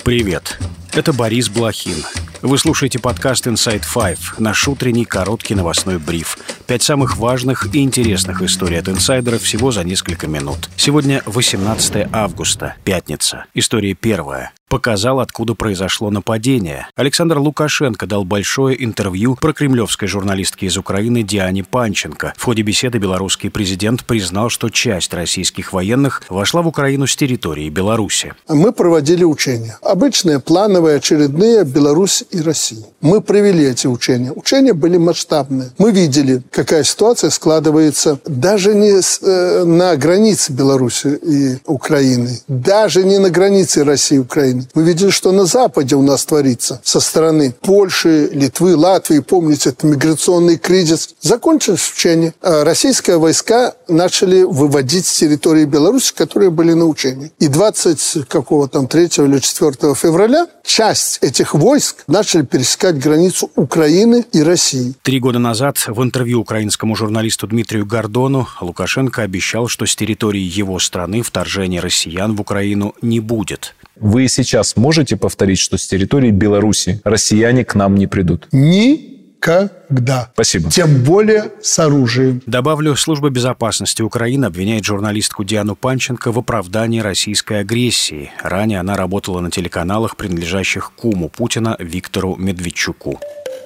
Привет, это Борис Блохин. Вы слушаете подкаст Inside Five, наш утренний короткий новостной бриф. 5 самых важных и интересных историй от инсайдеров всего за несколько минут. Сегодня 18 августа, пятница. История первая. Показал, откуда произошло нападение. Александр Лукашенко дал большое интервью прокремлевской журналистке из Украины Диане Панченко. В ходе беседы белорусский президент признал, что часть российских военных вошла в Украину с территории Беларуси. Мы проводили учения. Обычные, плановые, очередные Беларусь и Россия. Мы провели эти учения. Учения были масштабные. Мы видели, какая ситуация складывается даже не на границе Беларуси и Украины, даже не на границе России и Украины. Мы видели, что на Западе у нас творится со стороны Польши, Литвы, Латвии. Помните, это миграционный кризис. Закончилось учение. Российские войска начали выводить с территории Беларуси, которые были на учении. И 23 или 4 февраля часть этих войск начали пересекать границу Украины и России. 3 года назад в интервью украинскому журналисту Дмитрию Гордону Лукашенко обещал, что с территории его страны вторжения россиян в Украину не будет. Вы сейчас можете повторить, что с территории Беларуси россияне к нам не придут? Никогда. Спасибо. Тем более с оружием. Добавлю, Служба безопасности Украины обвиняет журналистку Диану Панченко в оправдании российской агрессии. Ранее она работала на телеканалах, принадлежащих куму Путина Виктору Медведчуку.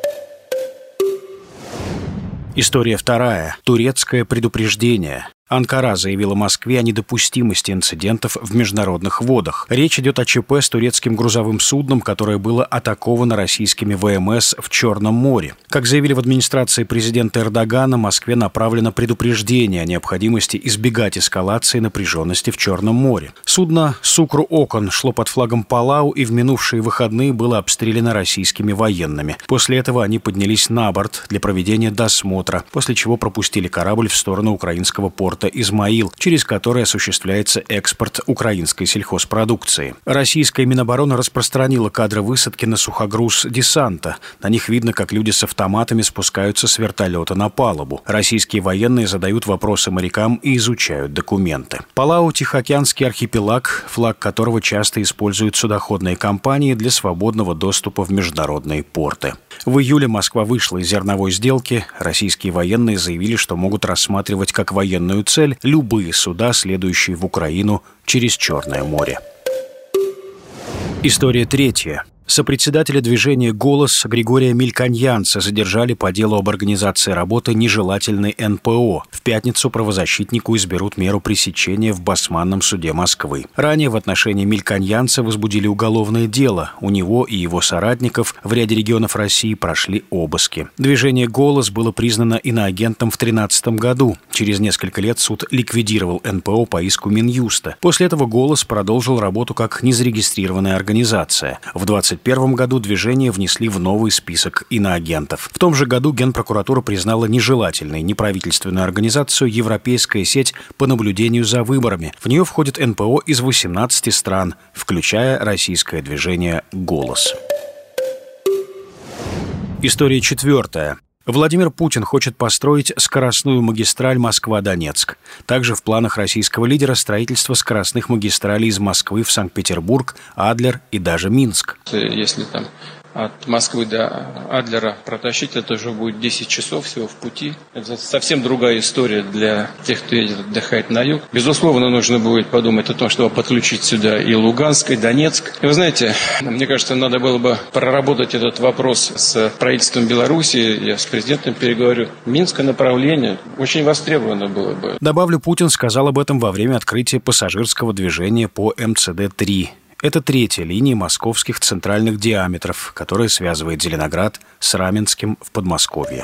История вторая. Турецкое предупреждение. Анкара заявила Москве о недопустимости инцидентов в международных водах. Речь идет о ЧП с турецким грузовым судном, которое было атаковано российскими ВМС в Черном море. Как заявили в администрации президента Эрдогана, Москве направлено предупреждение о необходимости избегать эскалации напряженности в Черном море. Судно «Сукру-Окон» шло под флагом Палау и в минувшие выходные было обстреляно российскими военными. После этого они поднялись на борт для проведения досмотра, после чего пропустили корабль в сторону украинского порта Измаил, через который осуществляется экспорт украинской сельхозпродукции. Российская Минобороны распространила кадры высадки на сухогруз десанта. На них видно, как люди с автоматами спускаются с вертолета на палубу. Российские военные задают вопросы морякам и изучают документы. Палау – Тихоокеанский архипелаг, флаг которого часто используют судоходные компании для свободного доступа в международные порты. В июле Москва вышла из зерновой сделки. Российские военные заявили, что могут рассматривать как военную цель любые суда, следующие в Украину через Черное море. История третья. Сопредседателя движения «Голос» Григория Мельконьянца задержали по делу об организации работы нежелательной НПО. В пятницу правозащитнику изберут меру пресечения в Басманном суде Москвы. Ранее в отношении Мельконьянца возбудили уголовное дело. У него и его соратников в ряде регионов России прошли обыски. Движение «Голос» было признано иноагентом в 2013 году. Через несколько лет суд ликвидировал НПО по иску Минюста. После этого «Голос» продолжил работу как незарегистрированная организация. В 2021 году движение внесли в новый список иноагентов. В том же году Генпрокуратура признала нежелательной неправительственную организацию «Европейская сеть по наблюдению за выборами». В нее входит НПО из 18 стран, включая российское движение «Голос». История четвертая. Владимир Путин хочет построить скоростную магистраль Москва-Донецк. Также в планах российского лидера строительство скоростных магистралей из Москвы в Санкт-Петербург, Адлер и даже Минск. Если там от Москвы до Адлера протащить, это уже будет 10 часов всего в пути. Это совсем другая история для тех, кто едет отдыхать на юг. Безусловно, нужно будет подумать о том, чтобы подключить сюда и Луганск, и Донецк. И вы знаете, мне кажется, надо было бы проработать этот вопрос с правительством Беларуси. Я с президентом переговорю. Минское направление очень востребовано было бы. Добавлю, Путин сказал об этом во время открытия пассажирского движения по МЦД-3. Это третья линия московских центральных диаметров, которая связывает Зеленоград с Раменским в Подмосковье.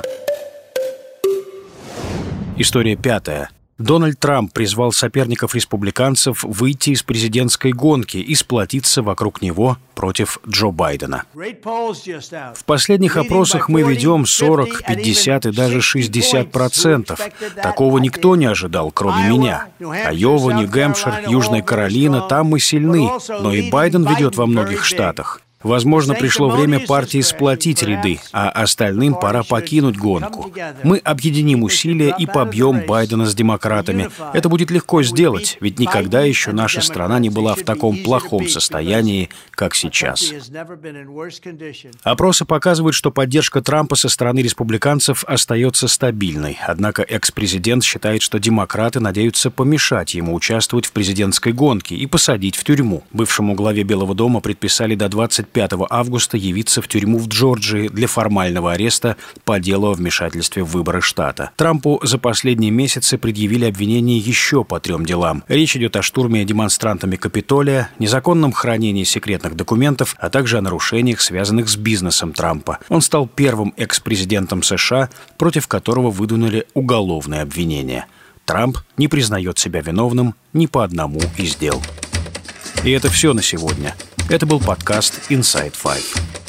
История пятая. Дональд Трамп призвал соперников-республиканцев выйти из президентской гонки и сплотиться вокруг него против Джо Байдена. В последних опросах мы ведем 40, 50 и даже 60%. Такого никто не ожидал, кроме меня. Айова, Нью-Гэмпшир, Южная Каролина – там мы сильны, но и Байден ведет во многих штатах. Возможно, пришло время партии сплотить ряды, а остальным пора покинуть гонку. Мы объединим усилия и побьем Байдена с демократами. Это будет легко сделать, ведь никогда еще наша страна не была в таком плохом состоянии, как сейчас. Опросы показывают, что поддержка Трампа со стороны республиканцев остается стабильной. Однако экс-президент считает, что демократы надеются помешать ему участвовать в президентской гонке и посадить в тюрьму. Бывшему главе Белого дома предписали до 25 августа явиться в тюрьму в Джорджии для формального ареста по делу о вмешательстве в выборы штата. Трампу за последние месяцы предъявили обвинения еще по 3 делам. Речь идет о штурме демонстрантами Капитолия, незаконном хранении секретных документов, а также о нарушениях, связанных с бизнесом Трампа. Он стал первым экс-президентом США, против которого выдвинули уголовное обвинение. Трамп не признает себя виновным ни по одному из дел. И это все на сегодня. Это был подкаст Inside Five.